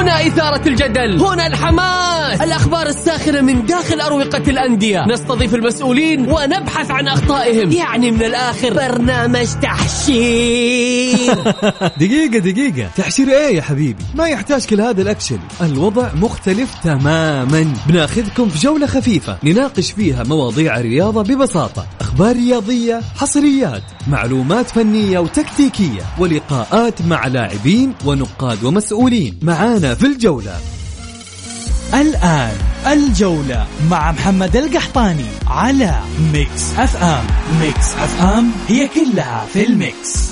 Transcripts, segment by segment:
هنا إثارة الجدل، هنا الحماس، الأخبار الساخنة من داخل أروقة الأندية، نستضيف المسؤولين ونبحث عن أخطائهم. يعني من الآخر برنامج تحشير. دقيقة تحشير ايه يا حبيبي؟ ما يحتاج كل هذا الأكشن. الوضع مختلف تماما. بناخذكم في جولة خفيفة نناقش فيها مواضيع الرياضة ببساطة، أخبار رياضية، حصريات، معلومات فنية وتكتيكية، ولقاءات مع لاعبين ونقاد ومسؤولين. معانا في الجولة. الآن الجولة مع محمد القحطاني على ميكس اف ام. ميكس اف ام هي كلها في الميكس.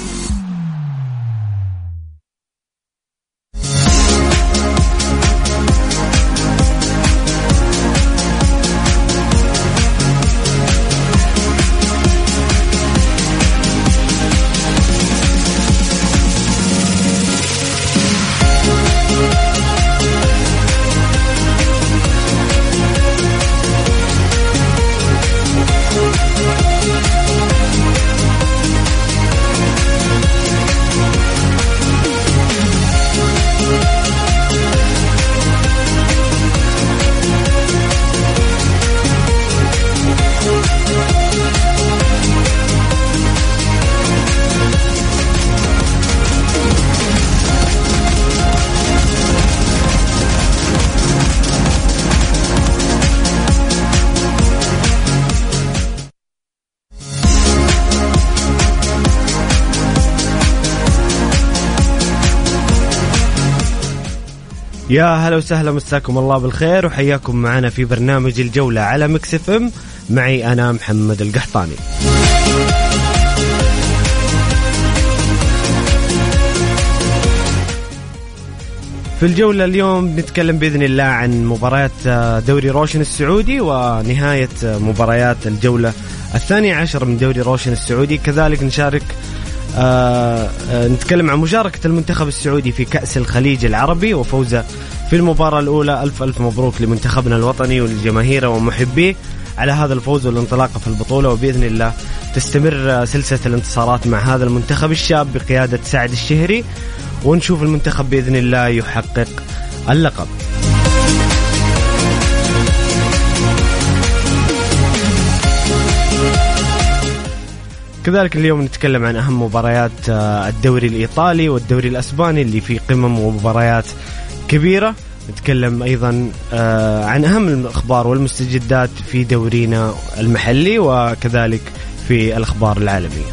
يا هلا وسهلا، مساكم الله بالخير وحياكم معنا في برنامج الجولة على ميكس اف ام. معي أنا محمد القحطاني. في الجولة اليوم نتكلم بإذن الله عن مباريات دوري روشن السعودي ونهاية مباريات الجولة 12 من دوري روشن السعودي. كذلك نشارك نتكلم عن مشاركة المنتخب السعودي في كأس الخليج العربي وفوزه في المباراة الأولى. ألف مبروك لمنتخبنا الوطني ولجماهيره ومحبيه على هذا الفوز والانطلاقة في البطولة، وبإذن الله تستمر سلسلة الانتصارات مع هذا المنتخب الشاب بقيادة سعد الشهري، ونشوف المنتخب بإذن الله يحقق اللقب. كذلك اليوم نتكلم عن أهم مباريات الدوري الإيطالي والدوري الأسباني اللي فيه قمم ومباريات كبيرة. نتكلم أيضا عن أهم الأخبار والمستجدات في دورينا المحلي وكذلك في الأخبار العالمية.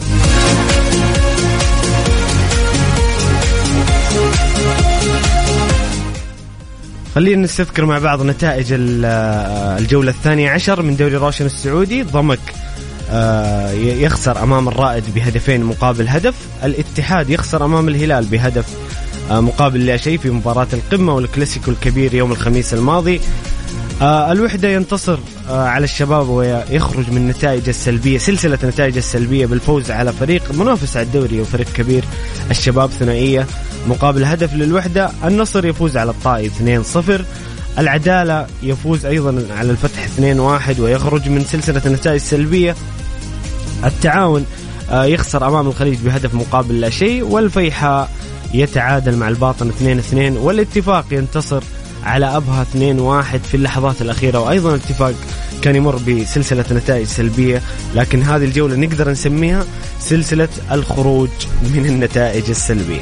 خلينا نستذكر مع بعض نتائج الجولة 12 من دوري روشن السعودي. ضمك يخسر أمام الرائد بهدفين مقابل هدف. الاتحاد يخسر أمام الهلال بهدف مقابل لا شيء في مباراة القمة والكلاسيكو الكبير يوم الخميس الماضي. الوحدة ينتصر على الشباب ويخرج من نتائج السلبية، سلسلة نتائج السلبية، بالفوز على فريق منافس على الدوري وفريق كبير الشباب ثنائية مقابل هدف للوحدة. النصر يفوز على الطائي 2-0. العدالة يفوز أيضا على الفتح 2-1 ويخرج من سلسلة النتائج السلبية. التعاون يخسر أمام الخليج بهدف مقابل لا شيء. والفيحاء يتعادل مع الباطن 2-2. والاتفاق ينتصر على أبها 2-1 في اللحظات الأخيرة. وأيضا الاتفاق كان يمر بسلسلة نتائج سلبية، لكن هذه الجولة نقدر نسميها سلسلة الخروج من النتائج السلبية.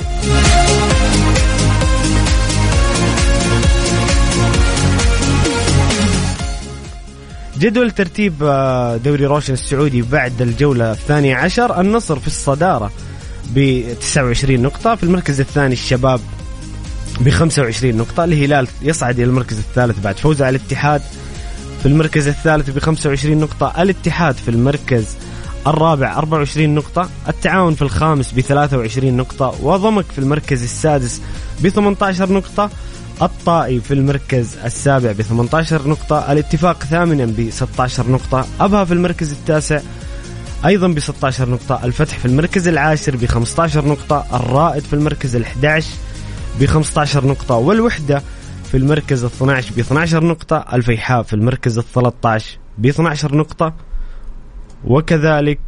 جدول ترتيب دوري روشن السعودي بعد الجولة 12. النصر في الصدارة ب29 نقطة. في المركز الثاني الشباب ب25 نقطة. الهلال يصعد إلى المركز الثالث بعد فوزه على الاتحاد في المركز الثالث ب25 نقطة. الاتحاد في المركز الرابع 24 نقطة. التعاون في الخامس ب23 نقطة. وضمك في المركز السادس ب18 نقطة. الطائي في المركز السابع ب18 نقطة. الاتفاق ثامنا ب16 نقطة. أبها في المركز التاسع أيضا ب16 نقطة. الفتح في المركز العاشر ب15 نقطة. الرائد في المركز ال11 ب15 نقطة. والوحدة في المركز ال12 ب12 نقطة. الفيحاء في المركز ال13 ب12 نقطة. وكذلك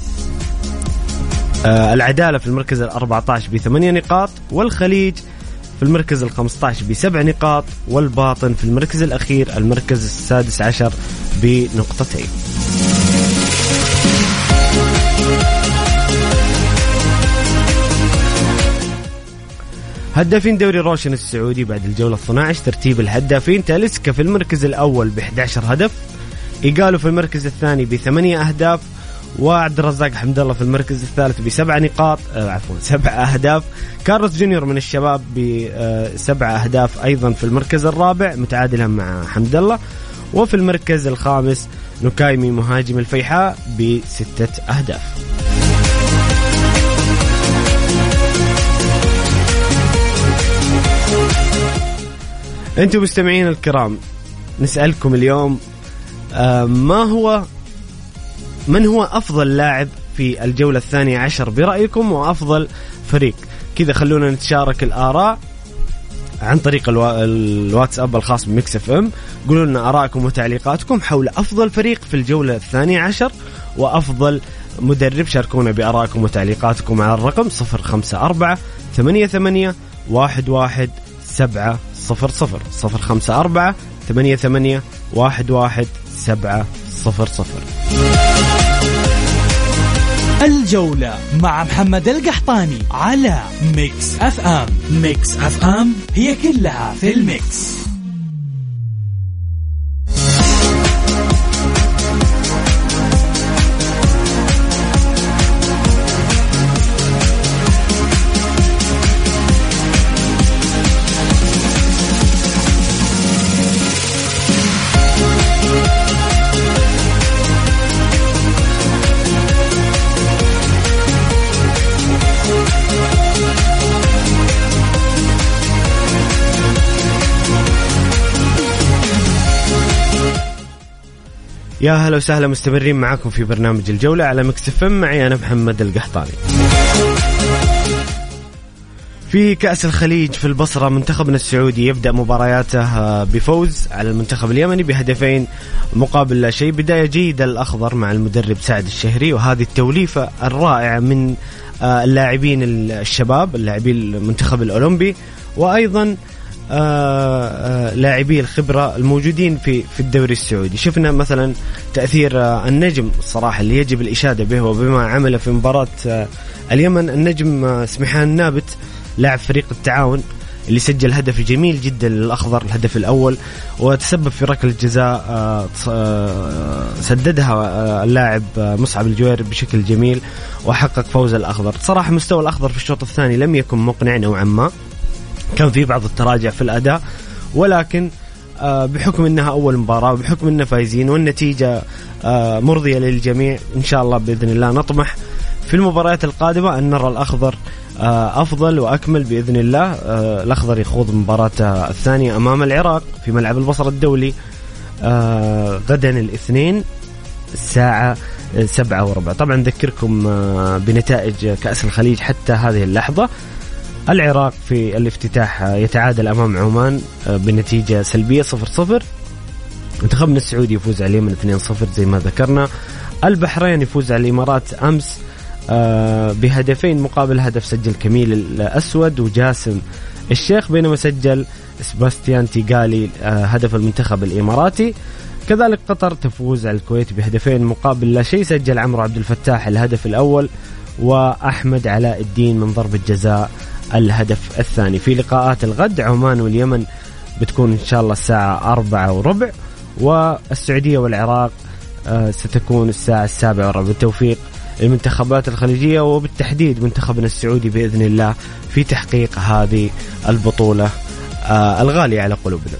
العدالة في المركز ال14 ب8 نقاط. والخليج في المركز ال15 ب7 نقاط، والباطن في المركز الأخير المركز السادس عشر بنقطتين. هدافين دوري روشن السعودي بعد الجولة 12 ترتيب الهدافين: تاليسكا في المركز الأول ب11 هدف، إيغالو في المركز الثاني ب8 أهداف، وعبد الرزاق حمد الله في المركز الثالث ب7 نقاط 7 أهداف، كارلوس جونيور من الشباب ب7 أهداف أيضا في المركز الرابع متعادلا مع حمد الله، وفي المركز الخامس نكايمي مهاجم الفيحاء ب6 أهداف. أنتم مستمعين الكرام، نسألكم اليوم من هو أفضل لاعب في الجولة 12 برأيكم، وأفضل فريق؟ كذا خلونا نتشارك الآراء عن طريق الواتساب الخاص بميكس اف ام. قولوا لنا آراءكم وتعليقاتكم حول أفضل فريق في الجولة 12 وأفضل مدرب. شاركونا بآراءكم وتعليقاتكم على الرقم 054-88-11700 054-88-11700. الجولة مع محمد القحطاني على ميكس اف ام. ميكس اف ام هي كلها في الميكس. يا هلا وسهلا، مستمرين معاكم في برنامج الجولة على ميكس اف ام، معي أنا محمد القحطاني. في كأس الخليج في البصرة منتخبنا السعودي يبدأ مبارياته بفوز على المنتخب اليمني بهدفين مقابل لا شيء. بداية جيدة الأخضر مع المدرب سعد الشهري، وهذه التوليفة الرائعة من اللاعبين الشباب، اللاعبين المنتخب الأولمبي، وأيضا لاعبي الخبرة الموجودين في الدوري السعودي. شفنا مثلا تأثير النجم الصراحة اللي يجب الإشادة به وبما عمله في مباراة اليمن، النجم سمحان نابت لاعب فريق التعاون اللي سجل هدف جميل جدا للأخضر، الهدف الأول، وتسبب في ركلة جزاء سددها اللاعب مصعب الجويري بشكل جميل وحقق فوز الأخضر. صراحة مستوى الأخضر في الشوط الثاني لم يكن مقنع نوعا ما، كان في بعض التراجع في الأداء، ولكن بحكم أنها أول مباراة وبحكم أننا فايزين والنتيجة مرضية للجميع، إن شاء الله بإذن الله نطمح في المباريات القادمة أن نرى الأخضر أفضل وأكمل بإذن الله. الأخضر يخوض مباراة الثانية أمام العراق في ملعب البصرة الدولي غدا الاثنين الساعة 7:15. طبعا نذكركم بنتائج كأس الخليج حتى هذه اللحظة. العراق في الافتتاح يتعادل أمام عمان بنتيجة سلبية 0-0. منتخبنا السعودي يفوز على اليمن 2-0 زي ما ذكرنا. البحرين يفوز على الإمارات أمس بهدفين مقابل هدف، سجل كميل الأسود وجاسم الشيخ، بينما سجل سباستيان تيغالي هدف المنتخب الإماراتي. كذلك قطر تفوز على الكويت بهدفين مقابل لا شيء، سجل عمرو عبد الفتاح الهدف الأول وأحمد علاء الدين من ضربة جزاء الهدف الثاني. في لقاءات الغد عمان واليمن بتكون إن شاء الله الساعة 4:15، والسعودية والعراق ستكون الساعة 7:15. بالتوفيق المنتخبات الخليجية وبالتحديد منتخبنا السعودي بإذن الله في تحقيق هذه البطولة الغالية على قلوبنا.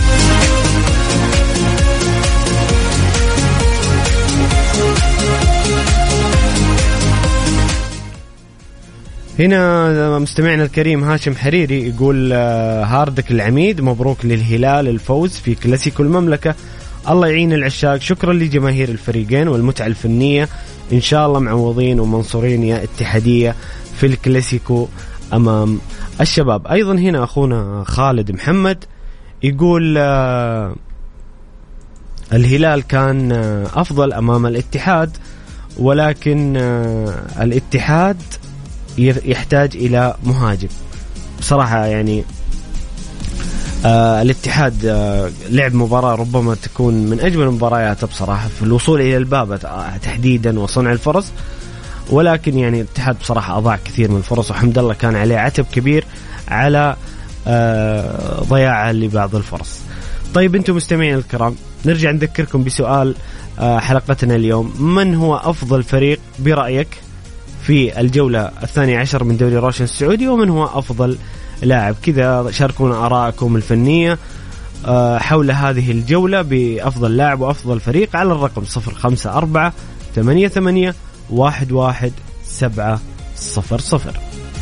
هنا مستمعنا الكريم هاشم حريري يقول هاردك العميد، مبروك للهلال الفوز في كلاسيكو المملكة، الله يعين العشاق، شكرا لجماهير الفريقين والمتعة الفنية، إن شاء الله معوضين ومنصورين يا اتحادية في الكلاسيكو أمام الشباب. أيضا هنا أخونا خالد محمد يقول الهلال كان أفضل أمام الاتحاد، ولكن الاتحاد يحتاج إلى مهاجم. بصراحة يعني الاتحاد لعب مباراة ربما تكون من أجمل مبارياته بصراحة في الوصول إلى الباب تحديدا وصنع الفرص، ولكن يعني الاتحاد بصراحة أضاع كثير من الفرص، وحمد الله كان عليه عتب كبير على ضياعه لبعض الفرص. طيب أنتم مستمعين الكرام، نرجع نذكركم بسؤال حلقتنا اليوم: من هو أفضل فريق برأيك في الجولة 12 من دوري روشن السعودي، ومن هو أفضل لاعب؟ كذا شاركونا آراءكم الفنية حول هذه الجولة بأفضل لاعب وأفضل فريق على الرقم 0548811700.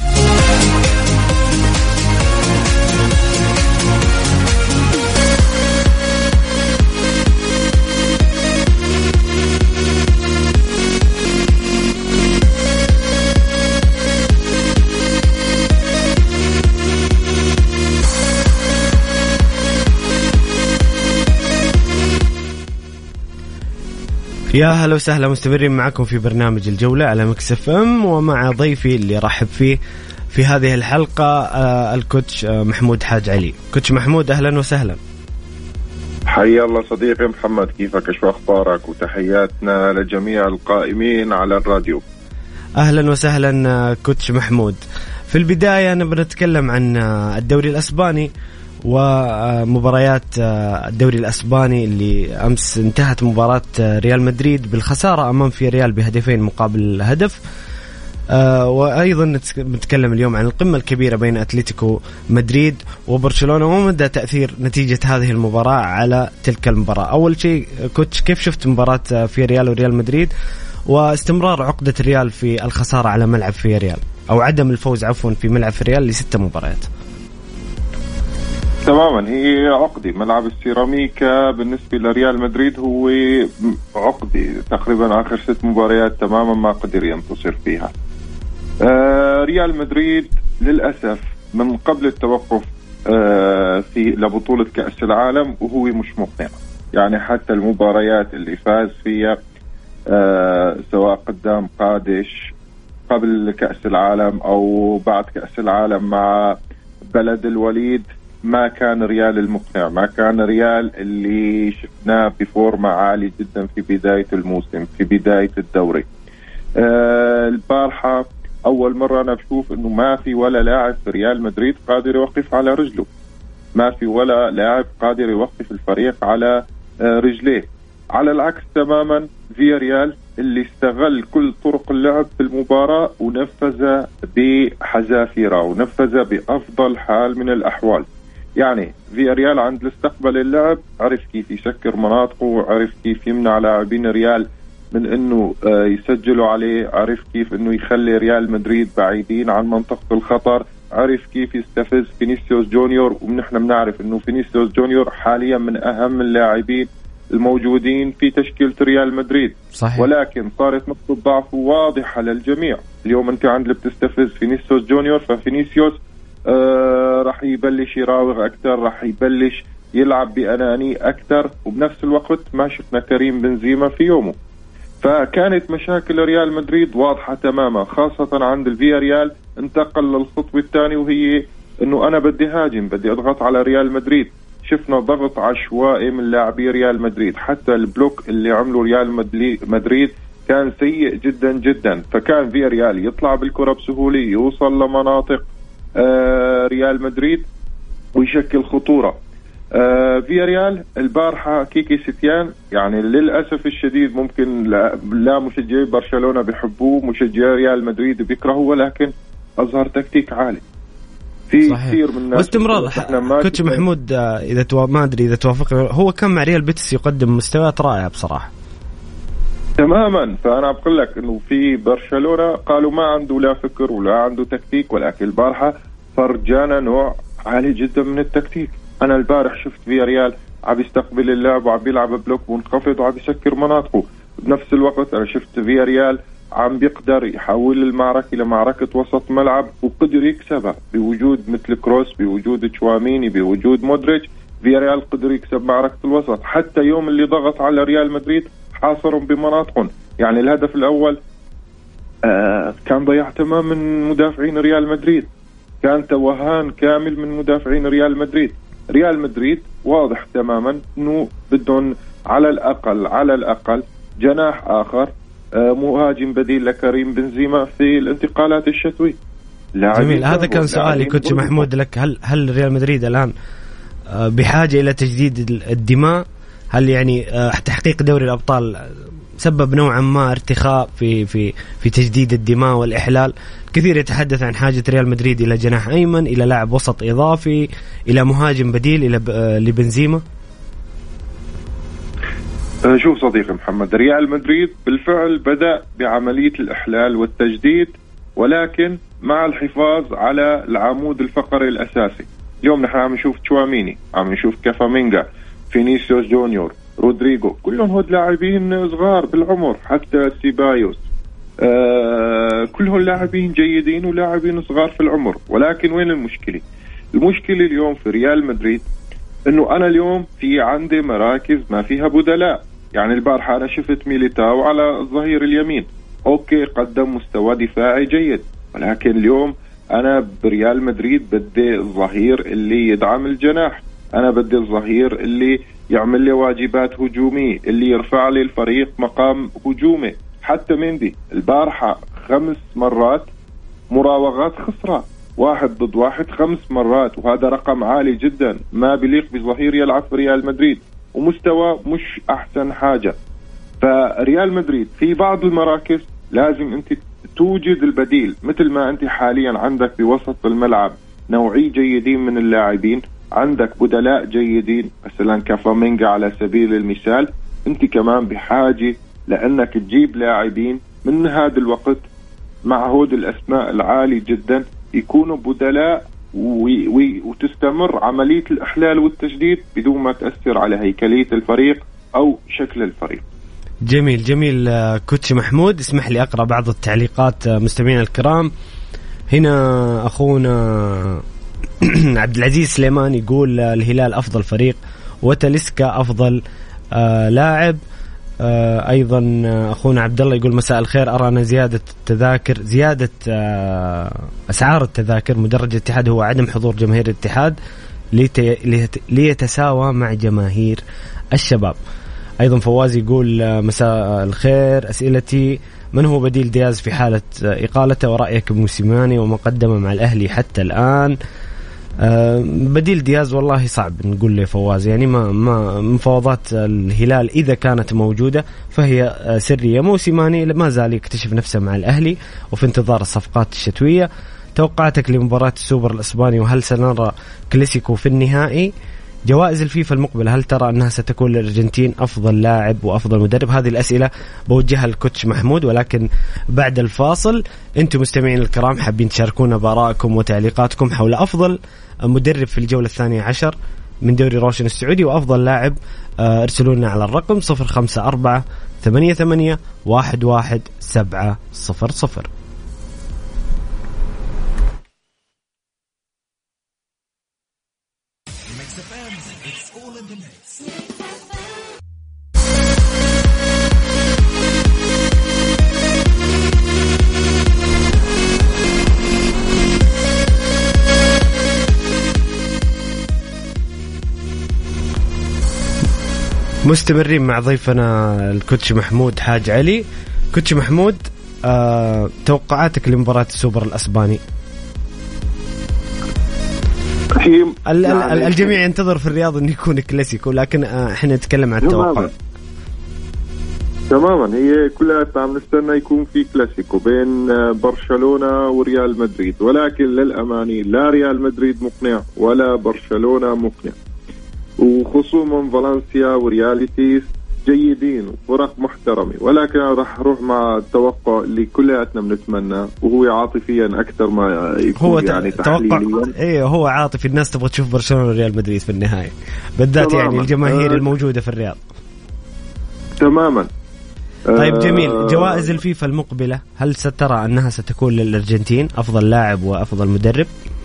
يا هلا وسهلا، مستمرين معكم في برنامج الجولة على ميكس اف ام، ومع ضيفي اللي رحب فيه في هذه الحلقة الكوتش محمود حاج علي. كوتش محمود أهلا وسهلا. حيا الله صديقي محمد، كيفك؟ شو أخبارك؟ وتحياتنا لجميع القائمين على الراديو. أهلا وسهلا كوتش محمود. في البداية نبغى نتكلم عن الدوري الأسباني ومباريات الدوري الأسباني اللي أمس انتهت مباراة ريال مدريد بالخسارة أمام فياريال بهدفين مقابل هدف. وأيضا نتكلم اليوم عن القمة الكبيرة بين أتلتيكو مدريد وبرشلونة ومدى تأثير نتيجة هذه المباراة على تلك المباراة. أول شيء كوتش، كيف شفت مباراة فياريال وريال مدريد واستمرار عقدة ريال في الخسارة على ملعب فياريال، أو عدم الفوز عفوا في ملعب فياريال ل6 مباريات؟ تماما، هي عقدي. ملعب السيراميكا بالنسبة لريال مدريد هو عقدي، تقريبا آخر 6 مباريات تماما ما قدر ينتصر فيها. ريال مدريد للأسف من قبل التوقف في لبطولة كأس العالم وهو مش مقنع. يعني حتى المباريات اللي فاز فيها سواء قدام قادش قبل كأس العالم أو بعد كأس العالم مع بلد الوليد، ما كان ريال المقنع، ما كان ريال اللي شفناه بفورمة عالية جدا في بداية الموسم، في بداية الدوري. البارحة أول مرة أنا بشوف أنه ما في ولا لاعب في ريال مدريد قادر يوقف على رجله، ما في ولا لاعب قادر يوقف الفريق على رجليه. على العكس تماما فياريال اللي استغل كل طرق اللعب في المباراة ونفذ بحذافيره ونفذ بأفضل حال من الأحوال. يعني فياريال عند الاستقبال اللعب عرف كيف يسكر مناطقه، وعرف كيف يمنع لاعبين ريال من انه يسجلوا عليه، عرف كيف انه يخلي ريال مدريد بعيدين عن منطقة الخطر، عرف كيف يستفز فينيسيوس جونيور، ونحن بنعرف انه فينيسيوس جونيور حاليا من اهم اللاعبين الموجودين في تشكيلة ريال مدريد. صحيح. ولكن صارت نقطة ضعف واضحة للجميع. اليوم انت عندك بتستفز فينيسيوس جونيور، ففينيسيوس راح يبلش يراوغ أكثر، راح يبلش يلعب بأناني أكثر، وبنفس الوقت ما شفنا كريم بنزيما في يومه. فكانت مشاكل ريال مدريد واضحة تماما، خاصة عند الفياريال انتقل للخطوة الثانية وهي انه انا بدي هاجم، بدي اضغط على ريال مدريد. شفنا ضغط عشوائي من لاعبي ريال مدريد، حتى البلوك اللي عمله ريال مدريد كان سيء جدا جدا. فكان فياريال يطلع بالكرة بسهولة، يوصل لمناطق ريال مدريد ويشكل خطورة. فياريال البارحة كيكي ستيان يعني للأسف الشديد ممكن لا مشجعي برشلونة بيحبوه، مشجعي ريال مدريد بيكرهوه، ولكن أظهر تكتيك عالي في كثير من الناس. واستمرار كوتش محمود، إذا ما أدري إذا توافق، هو كان مع ريال بيتس يقدم مستويات رائعة بصراحة تماما. فأنا بقول لك إنه في برشلونة قالوا ما عنده لا فكر ولا عنده تكتيك، ولكن البارحة فرجانا نوع عالي جدا من التكتيك. أنا البارح شفت فياريال عم يستقبل اللعب وعم بيلعب بلوك منخفض وعم يسكر مناطقه. بنفس الوقت أنا شفت فياريال عم بيقدر يحول المعركة لمعركة وسط ملعب وقدر يكسبها بوجود مثل كروس، بوجود تشواميني، بوجود مودريتش. فياريال قدر يكسب معركة الوسط. حتى يوم اللي ضغط على ريال مدريد حاصرهم بمناطقهم. يعني الهدف الأول كان ضياع تمام من مدافعين ريال مدريد، كان توهان كامل من مدافعين ريال مدريد. ريال مدريد واضح تماما أنه بدهم على الأقل جناح آخر، مهاجم بديل لكريم بنزيما في الانتقالات الشتوية. جميل. هذا كان سؤالي كوتش محمود لك. هل ريال مدريد الآن بحاجة إلى تجديد الدماء؟ هل يعني تحقيق دوري الأبطال سبب نوعا ما ارتخاء في تجديد الدماء والإحلال؟ كثير يتحدث عن حاجة ريال مدريد إلى جناح أيمن، إلى لاعب وسط إضافي، إلى مهاجم بديل، إلى لبنزيما. شوف صديقي محمد، ريال مدريد بالفعل بدأ بعملية الإحلال والتجديد، ولكن مع الحفاظ على العمود الفقري الأساسي. اليوم نحن عم نشوف تشواميني، عم نشوف كافامينجا، فينيسيوس جونيور، رودريغو، كلهم هود لاعبين صغار بالعمر، حتى سيبايوس، كلهم لاعبين جيدين ولاعبين صغار في العمر. ولكن وين المشكلة؟ المشكلة اليوم في ريال مدريد انه انا اليوم في عندي مراكز ما فيها بدلاء. يعني البارحة انا شفت ميليتاو على الظهير اليمين، اوكي قدم مستوى دفاعي جيد، ولكن اليوم انا بريال مدريد بدي الظهير اللي يدعم الجناح، انا بدي الظهير اللي يعمل لي واجبات هجومية، اللي يرفع لي الفريق مقام هجومي. حتى مندي البارحة 5 مرات مراوغات خسرة، 1 ضد 1 5 مرات، وهذا رقم عالي جدا ما بيليق بظهير يلعب في ريال مدريد، ومستوى مش أحسن حاجة. فريال مدريد في بعض المراكز لازم أنت توجد البديل، مثل ما أنت حاليا عندك بوسط الملعب نوعي جيدين من اللاعبين، عندك بدلاء جيدين مثلا كافامينجا على سبيل المثال. أنت كمان بحاجة لأنك تجيب لاعبين من هذا الوقت مع هود الأسماء العالي جدا يكونوا بدلاء، وتستمر عملية الإحلال والتجديد بدون ما تأثر على هيكلية الفريق أو شكل الفريق. جميل جميل كوتش محمود. اسمح لي أقرأ بعض التعليقات مستمعينا الكرام. هنا أخونا عبد العزيز سليمان يقول الهلال أفضل فريق، وتلسكا أفضل لاعب. أيضا أخونا عبد الله يقول مساء الخير، أرى أن زيادة أسعار التذاكر مدرج الاتحاد هو عدم حضور جماهير الاتحاد ليتساوى مع جماهير الشباب. أيضا فواز يقول مساء الخير، أسئلتي من هو بديل دياز في حالة إقالته، ورأيك بموسيماني وما قدمه مع الأهلي حتى الآن؟ بديل دياز والله صعب نقول له فواز، يعني ما مفاوضات الهلال إذا كانت موجودة فهي سرية. موسيماني ما زال يكتشف نفسه مع الأهلي وفي انتظار الصفقات الشتوية. توقعاتك لمباراة السوبر الإسباني، وهل سنرى كلاسيكو في النهائي؟ جوائز الفيفا المقبلة، هل ترى أنها ستكون للأرجنتين أفضل لاعب وأفضل مدرب؟ هذه الأسئلة بوجهها للكوتش محمود، ولكن بعد الفاصل. أنتم مستمعين الكرام حابين تشاركونا بآرائكم وتعليقاتكم حول أفضل مدرب في الجولة 12 من دوري روشن السعودي وأفضل لاعب. ارسلونا على الرقم 0548811700. مستمرين مع ضيفنا الكوتش محمود حاج علي. كوتش محمود، توقعاتك لمباراة السوبر الأسباني؟ الجميع ينتظر في الرياض أن يكون كلاسيكو، لكن احنا نتكلم عن التوقع. تماما، هي كلها عم نستنى يكون في كلاسيكو بين برشلونة وريال مدريد، ولكن للأماني لا ريال مدريد مقنع ولا برشلونة مقنع، وخصوما فالنسيا ورياليتيس جيدين وفرق محترمة، ولكن راح اروح مع التوقع اللي كلياتنا بنتمنى، وهو عاطفيا اكثر ما يكون هو يعني تحليليا. ايه هو عاطفي، الناس تبغى تشوف برشلونة وريال مدريد في النهاية، بالذات يعني الجماهير الموجودة في الرياض. تماما. طيب جميل. جوائز الفيفا المقبلة، هل سترى أنها ستكون للأرجنتين أفضل لاعب وأفضل مدرب؟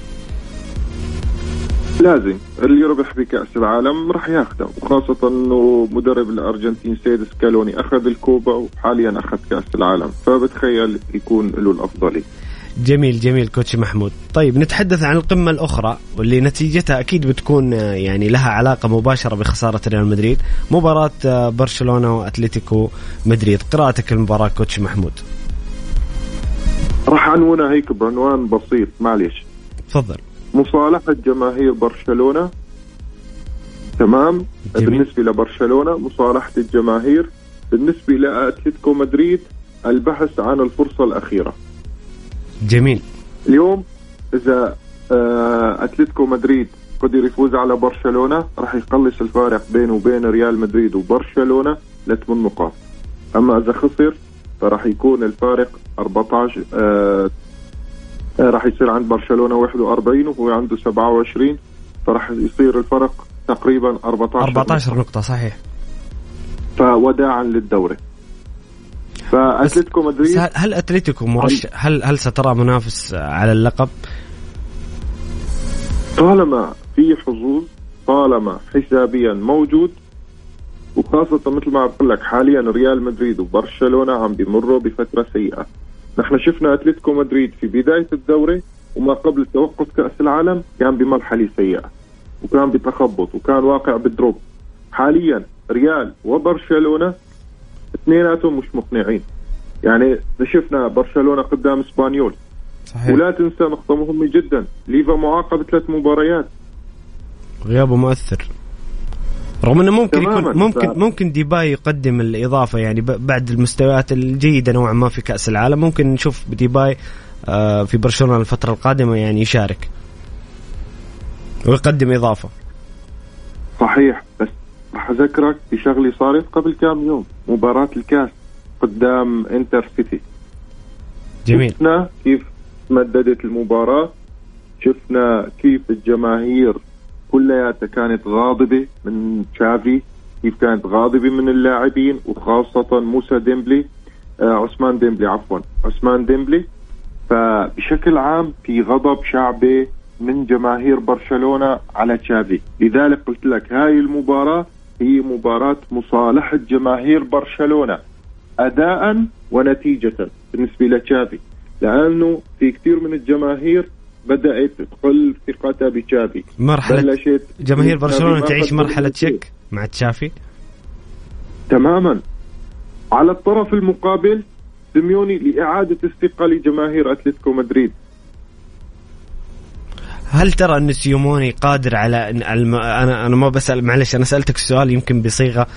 لازم اللي يربح بكأس العالم راح ياخده، وخاصة أنه مدرب الأرجنتين سيد سكالوني أخذ الكوبا وحاليا أخذ كأس العالم، فبتخيل يكون له الأفضلية. جميل جميل كوتش محمود. طيب نتحدث عن القمة الأخرى واللي نتيجتها أكيد بتكون يعني لها علاقة مباشرة بخسارة ريال مدريد، مباراة برشلونة وأتلتيكو مدريد. قراءتك المباراة كوتش محمود. راح عنوانها هيك بعنوان بسيط، معلش تفضل. مصالحة جماهير برشلونة، تمام؟ جميل. بالنسبة لبرشلونة مصالحة الجماهير، بالنسبة لأتلتيكو مدريد البحث عن الفرصة الأخيرة. جميل. اليوم إذا أتلتيكو مدريد قدر يفوز على برشلونة راح يقلص الفارق بينه وبين ريال مدريد وبرشلونة ل8 نقاط. أما إذا خسر فراح يكون الفارق 14، راح يصير عند برشلونة 41 وهو عنده 27، فراح يصير الفرق تقريبا 14 نقطة. صحيح. فوداعا للدوري. فأتلتيكو مدريد، هل أتلتيكو مرشح؟ هل سترى منافس على اللقب؟ طالما في حظوظ، طالما حسابيا موجود، وخاصة مثل ما بقول لك حاليا ريال مدريد وبرشلونة عم بيمروا بفترة سيئة. نحن شفنا أتلتيكو مدريد في بداية الدوري وما قبل توقف كأس العالم كان بمرحلة سيئة وكان بتخبط وكان واقع بالدروب. حاليا ريال وبرشلونة اثنيناتهم مش مقنعين. يعني شفنا برشلونة قدام اسبانيول. صحيح. ولا تنسى نقطة مهمة جدا، ليفا معاقب 3 مباريات، غيابه مؤثر، رغم انه ممكن يكون ممكن ديباي يقدم الإضافة يعني بعد المستويات الجيدة نوعا ما في كأس العالم. ممكن نشوف ديباي في برشلونة الفترة القادمة يعني يشارك ويقدم إضافة. صحيح. بس راح أذكرك بشغلة صارت قبل كام يوم، مباراة الكاس قدام انتر سيتي. جميل. شفنا كيف تمددت المباراة، شفنا كيف الجماهير كلها كانت غاضبة من تشافي، كيف كانت غاضبة من اللاعبين وخاصة موسى ديمبلي، عثمان ديمبلي. فبشكل عام في غضب شعبي من جماهير برشلونة على تشافي. لذلك قلت لك هاي المباراة هي مباراة مصالحة جماهير برشلونة أداء ونتيجة بالنسبة لتشافي، لأنه في كثير من الجماهير بدأت تقل ثقتها بتشافي. جماهير برشلونة تعيش مرحلة شك مع تشافي تماما. على الطرف المقابل سيميوني لإعادة الثقة لجماهير أتلتيكو مدريد. هل ترى أن سيموني قادر على أنا ما بسأل، معلش أنا سألتك السؤال يمكن بصيغة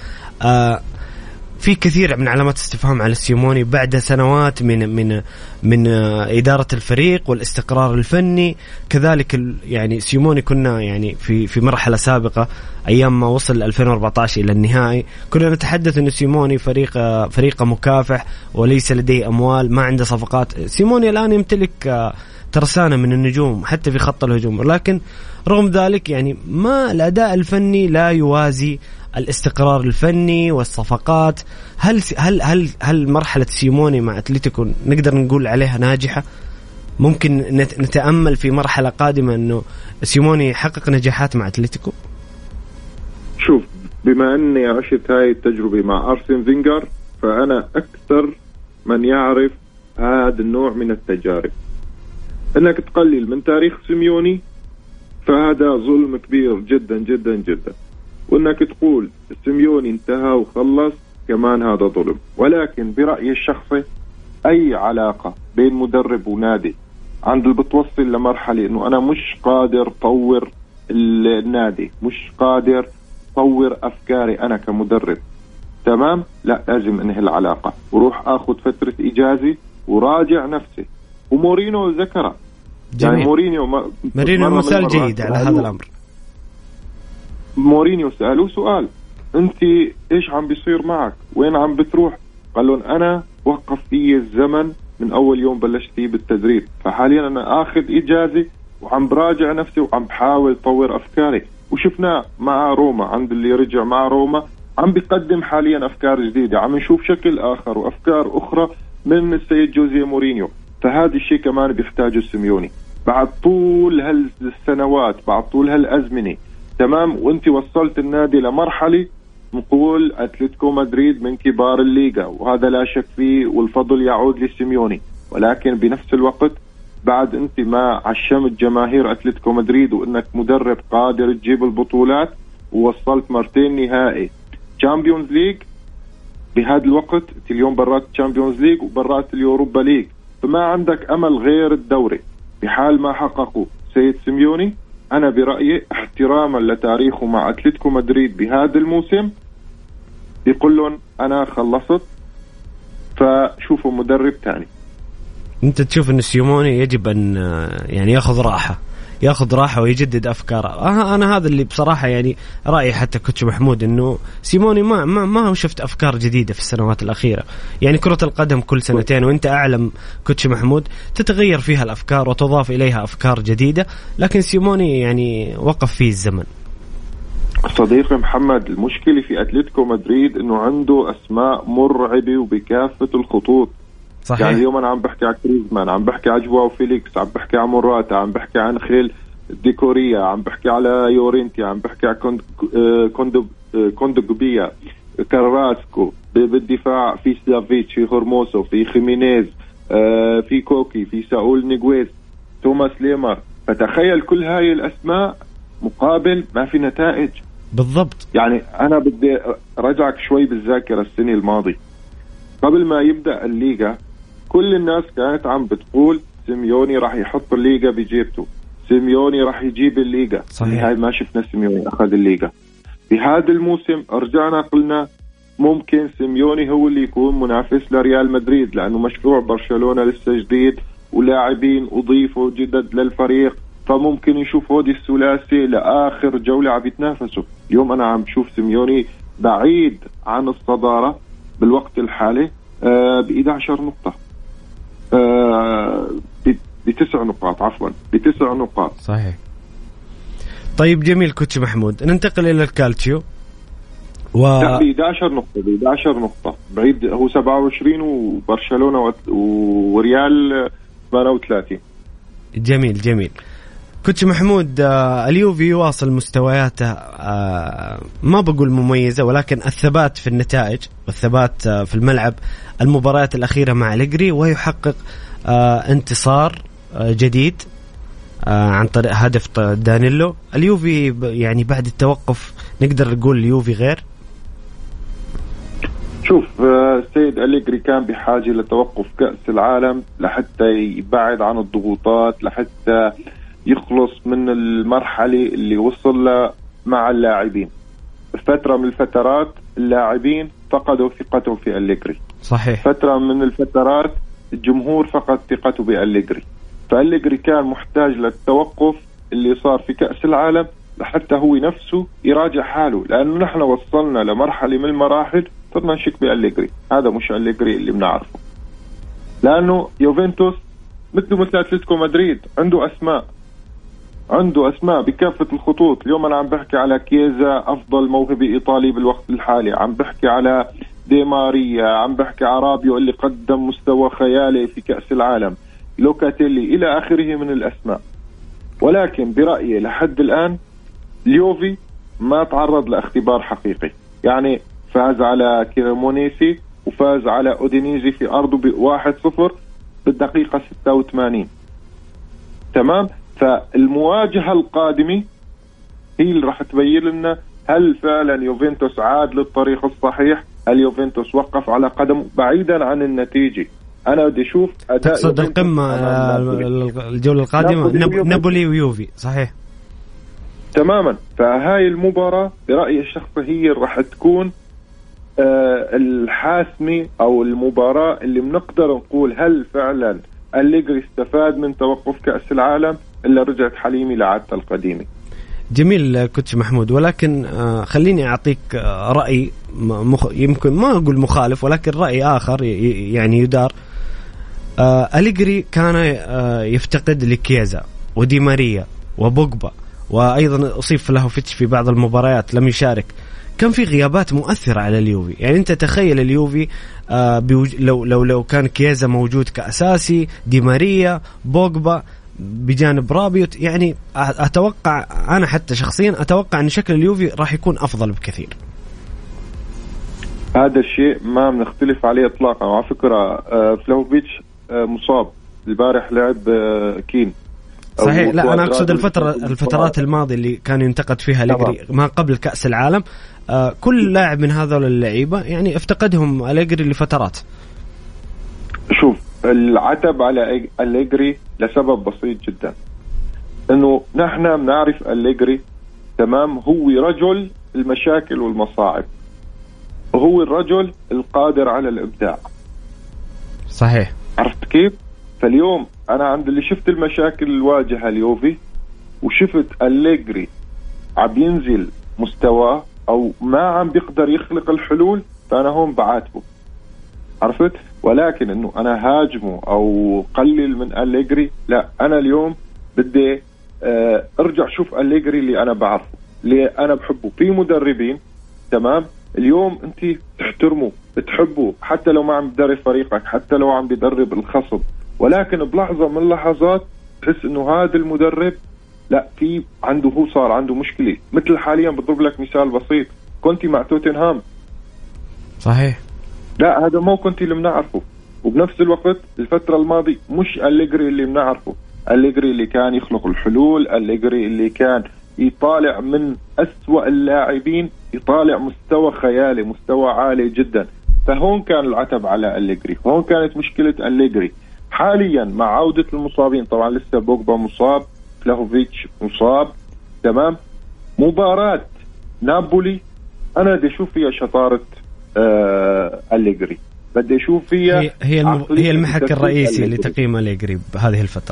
في كثير من علامات استفهام على سيموني بعد سنوات من إدارة الفريق والاستقرار الفني. كذلك يعني سيموني كنا يعني في مرحلة سابقة أيام ما وصل 2014 إلى النهائي كنا نتحدث أن سيموني فريق مكافح وليس لديه أموال، ما عنده صفقات. سيموني الآن يمتلك ترسانة من النجوم حتى في خط الهجوم، لكن رغم ذلك يعني ما الأداء الفني لا يوازي الاستقرار الفني والصفقات. هل مرحلة سيموني مع أتلتيكو نقدر نقول عليها ناجحة؟ ممكن نتأمل في مرحلة قادمة أنه سيموني يحقق نجاحات مع أتلتيكو؟ شوف، بما أني عشت هاي التجربة مع أرسن فينجر فأنا أكثر من يعرف هذا النوع من التجارب. أنك تقلل من تاريخ سيميوني فهذا ظلم كبير جدا جدا جدا، وأنك تقول سيميوني انتهى وخلص كمان هذا ظلم. ولكن برأيي الشخصي أي علاقة بين مدرب ونادي عنده بتوصل لمرحلة أنه أنا مش قادر طور النادي، مش قادر طور أفكاري أنا كمدرب، تمام؟ لا، لازم انهي العلاقة وروح أخذ فترة إجازة وراجع نفسي. ومورينيو ذكره. يعني مورينيو مثال جيد على هذا الأمر. مورينيو سألوه سؤال، أنت إيش عم بيصير معك؟ وين عم بتروح؟ قال لهم أنا وقف في الزمن من أول يوم بلشت فيه بالتدريب، فحاليا أنا أخذ إجازة وعم براجع نفسي وعم بحاول طور أفكاري. وشفناه مع روما، عند اللي رجع مع روما عم بيقدم حاليا أفكار جديدة، عم نشوف شكل آخر وأفكار أخرى من السيد جوزيه مورينيو. فهذا الشيء كمان بيحتاجه سيميوني بعد طول هالسنوات، بعد طول هالأزمنة، تمام؟ وانت وصلت النادي لمرحلة نقول أتلتيكو مدريد من كبار الليغا، وهذا لا شك فيه والفضل يعود لسيميوني. ولكن بنفس الوقت بعد أنت ما عشمت جماهير أتلتيكو مدريد وإنك مدرب قادر تجيب البطولات، ووصلت مرتين نهائي تشامبيونز ليج. بهذا الوقت اليوم برات تشامبيونز ليج وبرات اليوروبا ليج، فما عندك أمل غير الدوري. بحال ما حققوا سيد سيميوني، أنا برأيي احتراما لتاريخه مع أتلتيكو مدريد بهذا الموسم يقول لهم أنا خلصت، فشوفوا مدرب تاني. أنت تشوف أن سيموني يجب أن يعني ياخذ راحة ويجدد أفكاره. أنا هذا اللي بصراحة يعني رأيي، حتى كوتش محمود، إنه سيموني ما شفت أفكار جديدة في السنوات الأخيرة. يعني كرة القدم كل سنتين وأنت أعلم كوتش محمود تتغير فيها الأفكار وتضاف إليها أفكار جديدة، لكن سيموني يعني وقف فيه الزمن. صديقي محمد، المشكلة في أتلتيكو مدريد إنه عنده أسماء مرعبة وبكافة الخطوط. صحيح. يعني اليوم أنا عم بحكي عن كريزمان، عم بحكي عن جواو فيليكس، عم بحكي عن موراتا، عم بحكي عن خيل ديكوريا، عم بحكي على يورينتي، عم بحكي عن كوندوغبيا، كاراسكو. بالدفاع في سلافيتش، في هرموسو، في خيمينيز، في كوكي، في ساول نيغويز، توماس ليمر. فتخيل كل هاي الأسماء مقابل ما في نتائج. بالضبط. يعني أنا بدي رجعك شوي بالذاكرة. السنة الماضية قبل ما يبدأ الليغا كل الناس كانت عم بتقول سيميوني راح يحط الليغا بجيبته، سيميوني راح يجيب الليغا. هاي ما شفنا سيميوني أخذ الليغا. بهذا الموسم رجعنا قلنا ممكن سيميوني هو اللي يكون منافس لريال مدريد، لأنه مشروع برشلونة لسه جديد ولاعبين أضيفوا جدد للفريق، فممكن يشوف هودي الثلاثي لآخر جولة عم يتنافسوا. اليوم أنا عم بشوف سيميوني بعيد عن الصدارة بالوقت الحالي ب11 نقطة، ب9 نقاط، عفوا ب9 نقاط. صحيح. طيب جميل كوتش محمود، ننتقل إلى الكالتشيو. ب11 نقطة بعيد، هو 27 وبرشلونة وريال 38. جميل كوتش محمود، اليوفي يواصل مستوياته، ما بقول مميزة، ولكن الثبات في النتائج والثبات في الملعب. المباريات الأخيرة مع أليجري ويحقق انتصار جديد عن طريق هدف دانيلو. اليوفي يعني بعد التوقف نقدر نقول اليوفي غير. شوف السيد أليجري كان بحاجة لتوقف كأس العالم لحتى يبعد عن الضغوطات، لحتى يخلص من المرحلة اللي وصل لها مع اللاعبين. فترة من الفترات اللاعبين فقدوا ثقتهم في أليجري. صحيح. فترة من الفترات الجمهور فقد ثقته بأليجري، فأليجري كان محتاج للتوقف اللي صار في كأس العالم لحتى هو نفسه يراجع حاله، لأنه نحن وصلنا لمرحلة من المراحل صرنا نشك بأليجري. هذا مش أليجري اللي بنعرفه، لأنه يوفنتوس مثل أتلتيكو مدريد عنده أسماء بكافة الخطوط. اليوم أنا عم بحكي على كيزا، أفضل موهبة إيطالي بالوقت الحالي، عم بحكي على دي ماريا، عم بحكي على رابيو اللي قدم مستوى خيالي في كأس العالم، لوكاتيلي، إلى آخره من الأسماء. ولكن برأيي لحد الآن اليوفي ما تعرض لاختبار حقيقي. يعني فاز على كيرمونيسي وفاز على أودينيزي في أرضه ب1-0 بالدقيقة 86. تمام. فالمواجهة القادمة هي اللي راح تبين لنا هل فعلا يوفنتوس عاد للطريق الصحيح، هل يوفنتوس وقف على قدمه بعيدا عن النتيجة. أنا بدي أشوف أداء. تقصد القمة الجولة القادمة نابولي ويوفي. صحيح تماما. فهاي المباراة برأيي الشخصي هي راح تكون الحاسمة أو المباراة اللي بنقدر نقول هل فعلا أليجري استفاد من توقف كأس العالم إلا رجعت حليمي لعادته القديمة. جميل كوتش محمود، ولكن خليني أعطيك رأي يمكن ما أقول مخالف، ولكن رأي آخر يعني يدار. أليجري كان يفتقد لكيزا ودي ماريا وبوجبا، وأيضا أصيب له فيتش في بعض المباريات لم يشارك. كان في غيابات مؤثرة على اليوفي. يعني أنت تخيل اليوفي لو كان كيزا موجود كأساسي، دي ماريا، بوجبا بجانب رابيوت، يعني أتوقع أنا حتى شخصيا أتوقع أن شكل اليوفي راح يكون أفضل بكثير. هذا الشيء ما بنختلف عليه إطلاقا. وعلى فكرة فلوفيتش مصاب، البارح لعب كين. صحيح. لا أنا أقصد الفترات الماضية اللي كان ينتقد فيها أليجري ما قبل كأس العالم. كل لاعب من هذول اللعيبة يعني افتقدهم أليجري لفترات. شوف العتب على أليجري لسبب بسيط جدا، إنه نحن بنعرف أليجري تمام، هو رجل المشاكل والمصاعب، وهو الرجل القادر على الإبداع. صحيح. عرفت كيف؟ فاليوم أنا عند اللي شفت المشاكل الواجهة اليوفي وشفت أليجري عم ينزل مستواه أو ما عم بيقدر يخلق الحلول، فأنا هون بعاتبه. عرفت؟ ولكن إنه أنا هاجمه أو قلل من أليجري، لا، أنا اليوم بدي أرجع شوف أليجري اللي أنا بعرفه، اللي أنا بحبه. في مدربين تمام اليوم أنت تحترمه بتحبه حتى لو ما عم بدرب فريقك، حتى لو عم بدرب الخصم، ولكن بلحظة من اللحظات تحس إنه هذا المدرب لا، في عنده، هو صار عنده مشكلة. مثل حاليا بضرب لك مثال بسيط، كنتي مع توتنهام. صحيح. لا، هذا مو كنتي اللي بنعرفه. وبنفس الوقت الفترة الماضية مش أليجري اللي بنعرفه، أليجري اللي كان يخلق الحلول، أليجري اللي كان يطالع من أسوأ اللاعبين، يطالع مستوى خيالي، مستوى عالي جدا. فهون كان العتب على أليجري، هون كانت مشكلة أليجري. حاليا مع عودة المصابين، طبعا لسه بوجبا مصاب، فلاهوفيتش مصاب، تمام. مباراة نابولي أنا بدي أشوف فيها شطارة أليجري، بدي أشوف فيها هي المحك الرئيسي لتقييم أليجري بهذه الفترة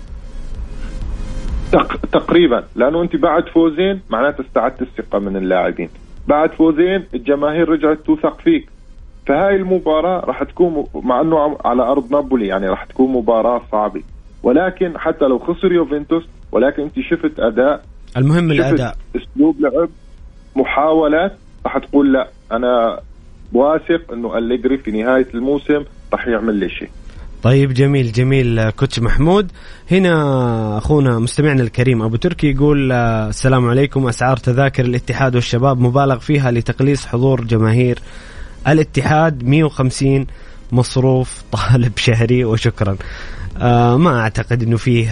تقريبا، لأنه أنت بعد فوزين معناته استعدت الثقة من اللاعبين، بعد فوزين الجماهير رجعت توثق فيك. فهاي المباراة راح تكون، مع أنه على أرض نابولي، يعني راح تكون مباراة صعبة، ولكن حتى لو خسر يوفنتوس، ولكن أنت شفت أداء، المهم الأداء، أسلوب لعب، محاولات، راح تقول لا، أنا واثق أنه أليجري في نهاية الموسم راح يعمل لي شيء. طيب جميل جميل كوتش محمود. هنا أخونا مستمعنا الكريم أبو تركي يقول السلام عليكم، أسعار تذاكر الاتحاد والشباب مبالغ فيها لتقليص حضور جماهير الاتحاد، 150 مصروف طالب شهري وشكرا. ما أعتقد أنه فيه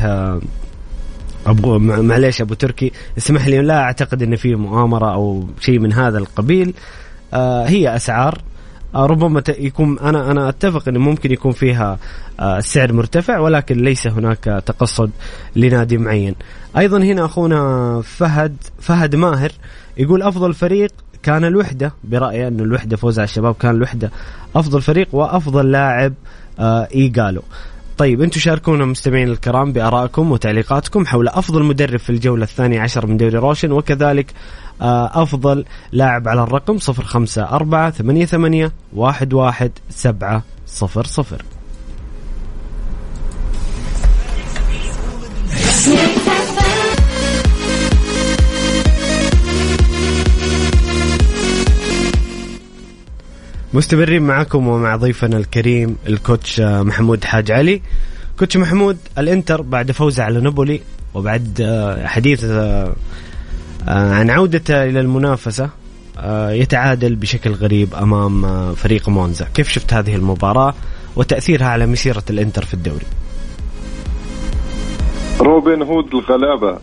معليش أبو تركي اسمح لي، لا أعتقد أنه فيه مؤامرة أو شيء من هذا القبيل. هي أسعار ربما يكون، أنا أتفق أنه ممكن يكون فيها السعر مرتفع، ولكن ليس هناك تقصد لنادي معين. أيضا هنا أخونا فهد ماهر يقول أفضل فريق كان الوحدة، برأيي أنه الوحدة فوز على الشباب كان الوحدة أفضل فريق وأفضل لاعب إيغالو. طيب أنتم شاركونا مستمعين الكرام بآرائكم وتعليقاتكم حول أفضل مدرب في الجولة 12 من دوري روشن، وكذلك أفضل لاعب على الرقم 0548811700. مستمرين معكم ومع ضيفنا الكريم الكوتش محمود حاج علي. كوتش محمود، الانتر بعد فوزه على نابولي وبعد حديث عن عودته إلى المنافسة يتعادل بشكل غريب أمام فريق مونزا. كيف شفت هذه المباراة وتأثيرها على مسيرة الانتر في الدوري؟ روبن هود الغلابة.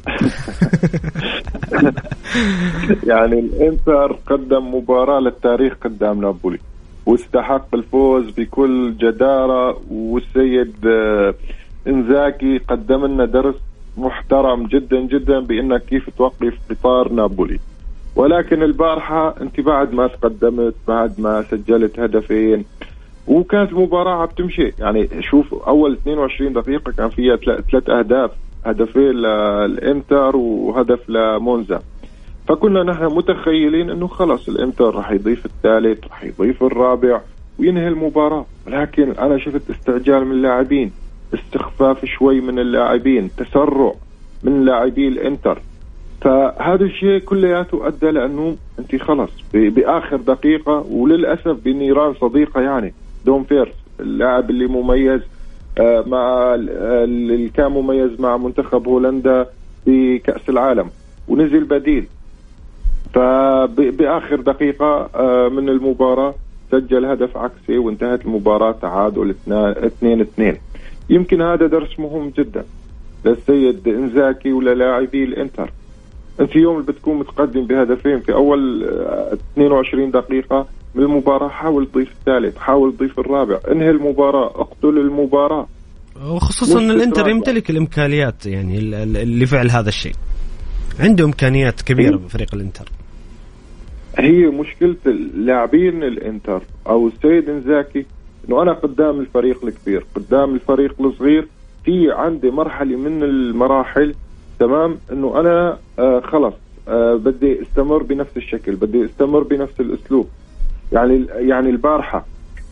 يعني الانتر قدم مباراة للتاريخ قدام نابولي واستحق الفوز بكل جدارة، والسيد إنزاكي قدم لنا درس محترم جدا جدا بأنك كيف توقف قطار نابولي. ولكن البارحة انت بعد ما تقدمت، بعد ما سجلت هدفين وكانت المباراة بتمشي، يعني شوف أول 22 دقيقة كان فيها 3 أهداف، هدفين للإنتر وهدف لمونزا. فكنا نحن متخيلين أنه خلاص الإنتر راح يضيف الثالث، راح يضيف الرابع وينهي المباراة. ولكن أنا شفت استعجال من اللاعبين، استخفاف شوي من اللاعبين، تسرع من لاعبي الإنتر. فهذا الشيء كلياته أدى لأنه أنت خلاص بآخر دقيقة، وللأسف بنيران صديقة يعني دوم فيرس اللاعب اللي مميز مع اللي كان مميز مع منتخب هولندا في كأس العالم ونزل بديل. فبآخر دقيقة من المباراة سجل هدف عكسي وانتهت المباراة تعادل 2-2. يمكن هذا درس مهم جدا للسيد إنزاكي وللاعبي الإنتر. انت يوم اللي بتكون متقدم بهدفين في اول 22 دقيقة من المباراة، حاول تضيف الثالث، حاول تضيف الرابع، انهي المباراة، اقتل المباراة. وخصوصا ان الانتر يمتلك الامكانيات يعني لفعل هذا الشيء، عنده امكانيات كبيرة بفريق الانتر. هي مشكلة اللاعبين الانتر او السيد إنزاكي انه انا قدام الفريق الكبير، قدام الفريق الصغير، في عندي مرحلة من المراحل تمام انه انا خلص بدي استمر بنفس الشكل، بدي استمر بنفس الاسلوب. يعني البارحة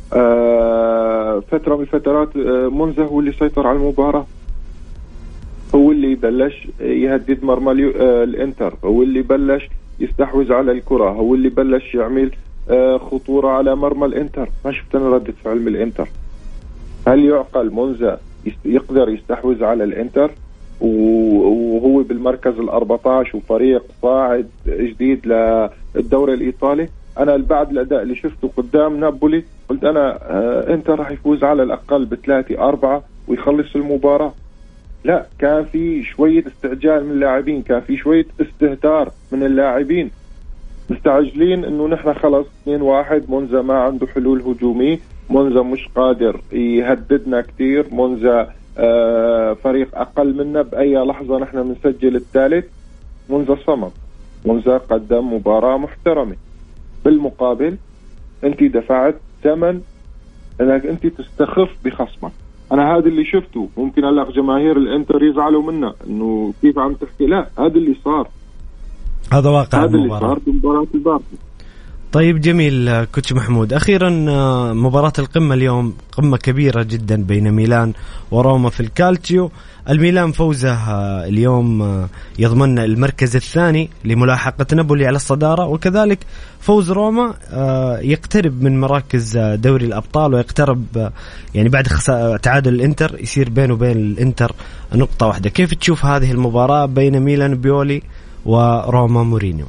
فترة من الفترات منزه هو اللي سيطر على المباراة، هو اللي بلش يهدد مرمى الانتر، هو اللي بلش يستحوذ على الكرة، هو اللي بلش يعمل خطورة على مرمى الانتر. ما شفت انا ردة فعل من الانتر. هل يعقل منزه يقدر يستحوذ على الانتر وهو بالمركز 14 وفريق صاعد جديد للدوري الإيطالي؟ أنا بعد الأداء اللي شفته قدام نابولي قلت أنا انتر راح يفوز على الأقل ب3-4 ويخلص المباراة. لا، كان في شوية استعجال من اللاعبين، كان في شوية استهتار من اللاعبين، مستعجلين إنه نحن خلص 2-1. منزه ما عنده حلول هجومي، منزه مش قادر يهددنا كتير، منزه فريق أقل منا، بأي لحظة نحن بنسجل الثالث. منزه صمم، منزه قدم مباراة محترمة. بالمقابل أنت دفعت ثمن أنك أنت تستخف بخصمك. أنا هذا اللي شفته. ممكن هلا جماهير الإنتر يزعلوا منا إنه كيف عم تحكي، لا، هذا اللي صار، هذا واقع هذا اللي صار بمباراة البارحة. طيب جميل كوتش محمود، أخيرا مباراة القمة اليوم قمة كبيرة جدا بين ميلان وروما في الكالتشيو. الميلان فوزه اليوم يضمن المركز الثاني لملاحقة نابولي على الصدارة، وكذلك فوز روما يقترب من مراكز دوري الأبطال، ويقترب يعني بعد تعادل الإنتر يصير بينه وبين الإنتر نقطة واحدة. كيف تشوف هذه المباراة بين ميلان بيولي وروما مورينيو؟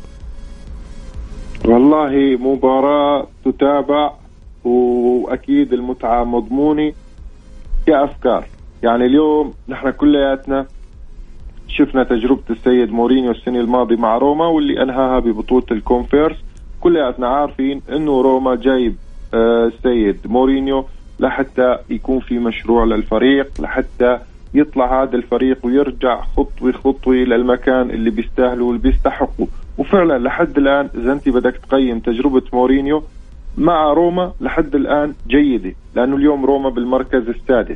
والله مباراة تتابع، وأكيد المتعة مضمونة كأفكار. يعني اليوم نحن كلياتنا شفنا تجربة السيد مورينيو السنة الماضية مع روما واللي أنهاها ببطولة الكونفيرس. كلياتنا عارفين أنه روما جايب السيد مورينيو لحتى يكون في مشروع للفريق، لحتى يطلع هذا الفريق ويرجع خطوة خطوة للمكان اللي بيستاهله واللي بيستحقه. وفعلا لحد الآن إذا أنت بدك تقيم تجربة مورينيو مع روما لحد الآن جيدة، لأنه اليوم روما بالمركز السادس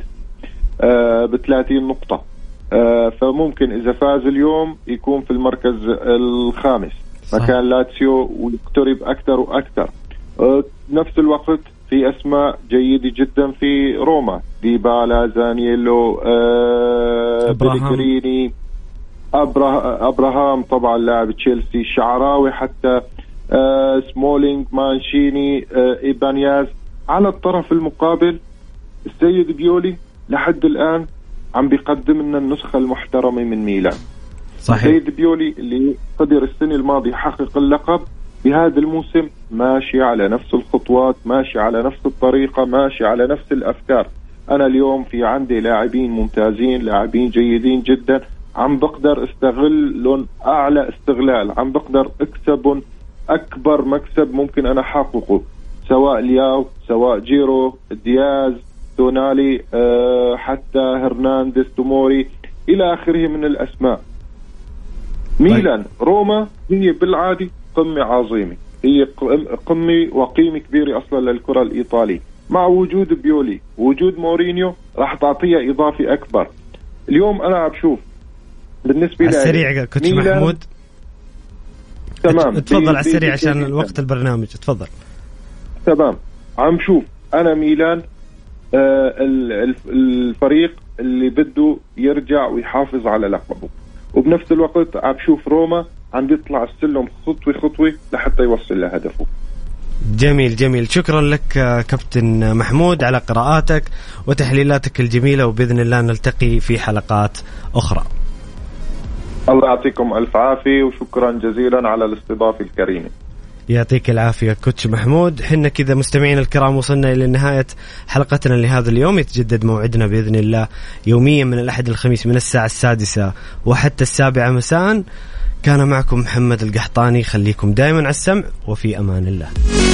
ب30 نقطة، فممكن إذا فاز اليوم يكون في المركز الخامس مكان لاتسيو ويقترب أكثر وأكثر. نفس الوقت في أسماء جيدة جدا في روما، ديبالا، زانييلو، بيلغريني، أبراهام طبعا لاعب تشيلسي، الشعراوي، حتى سمولينج، مانشيني، إيبانياز. على الطرف المقابل السيد بيولي لحد الآن عم بيقدم لنا النسخة المحترمة من ميلان. صحيح. السيد بيولي اللي قدر السنة الماضية يحقق اللقب، بهذا الموسم ماشي على نفس الخطوات، ماشي على نفس الطريقة، ماشي على نفس الأفكار. أنا اليوم في عندي لاعبين ممتازين، لاعبين جيدين جدا، عم بقدر استغلهم أعلى استغلال، عم بقدر اكسبهم أكبر مكسب ممكن أنا حققه، سواء لياو، سواء جيرو، دياز، تونالي، حتى هرنانديز، توموري، إلى آخره من الأسماء. ميلان، روما هي بالعادي قمة عظيمة، هي قمة وقيمة كبيرة أصلا للكرة الإيطالية. مع وجود بيولي ووجود مورينيو راح تعطيها إضافة أكبر. اليوم أنا عم بشوف بالنسبة لي السريع كوتش محمود، تمام، تفضل على السريع عشان الوقت البرنامج، تفضل. تمام، عم شوف أنا ميلان الفريق اللي بده يرجع ويحافظ على لقبه، وبنفس الوقت عم شوف روما عم يطلع السلم خطوة خطوة لحتى يوصل لهدفه. جميل جميل، شكرا لك كابتن محمود على قراءاتك وتحليلاتك الجميلة، وبإذن الله نلتقي في حلقات أخرى. الله يعطيكم ألف عافية، وشكرا جزيلا على الاستضافة الكريمة. يعطيك العافية كوتش محمود. حنا كذا مستمعين الكرام وصلنا إلى نهاية حلقتنا لهذا اليوم. يتجدد موعدنا بإذن الله يوميا من الأحد الخميس من الساعة 6 وحتى 7 مساء. كان معكم محمد القحطاني. خليكم دائما على السمع وفي أمان الله.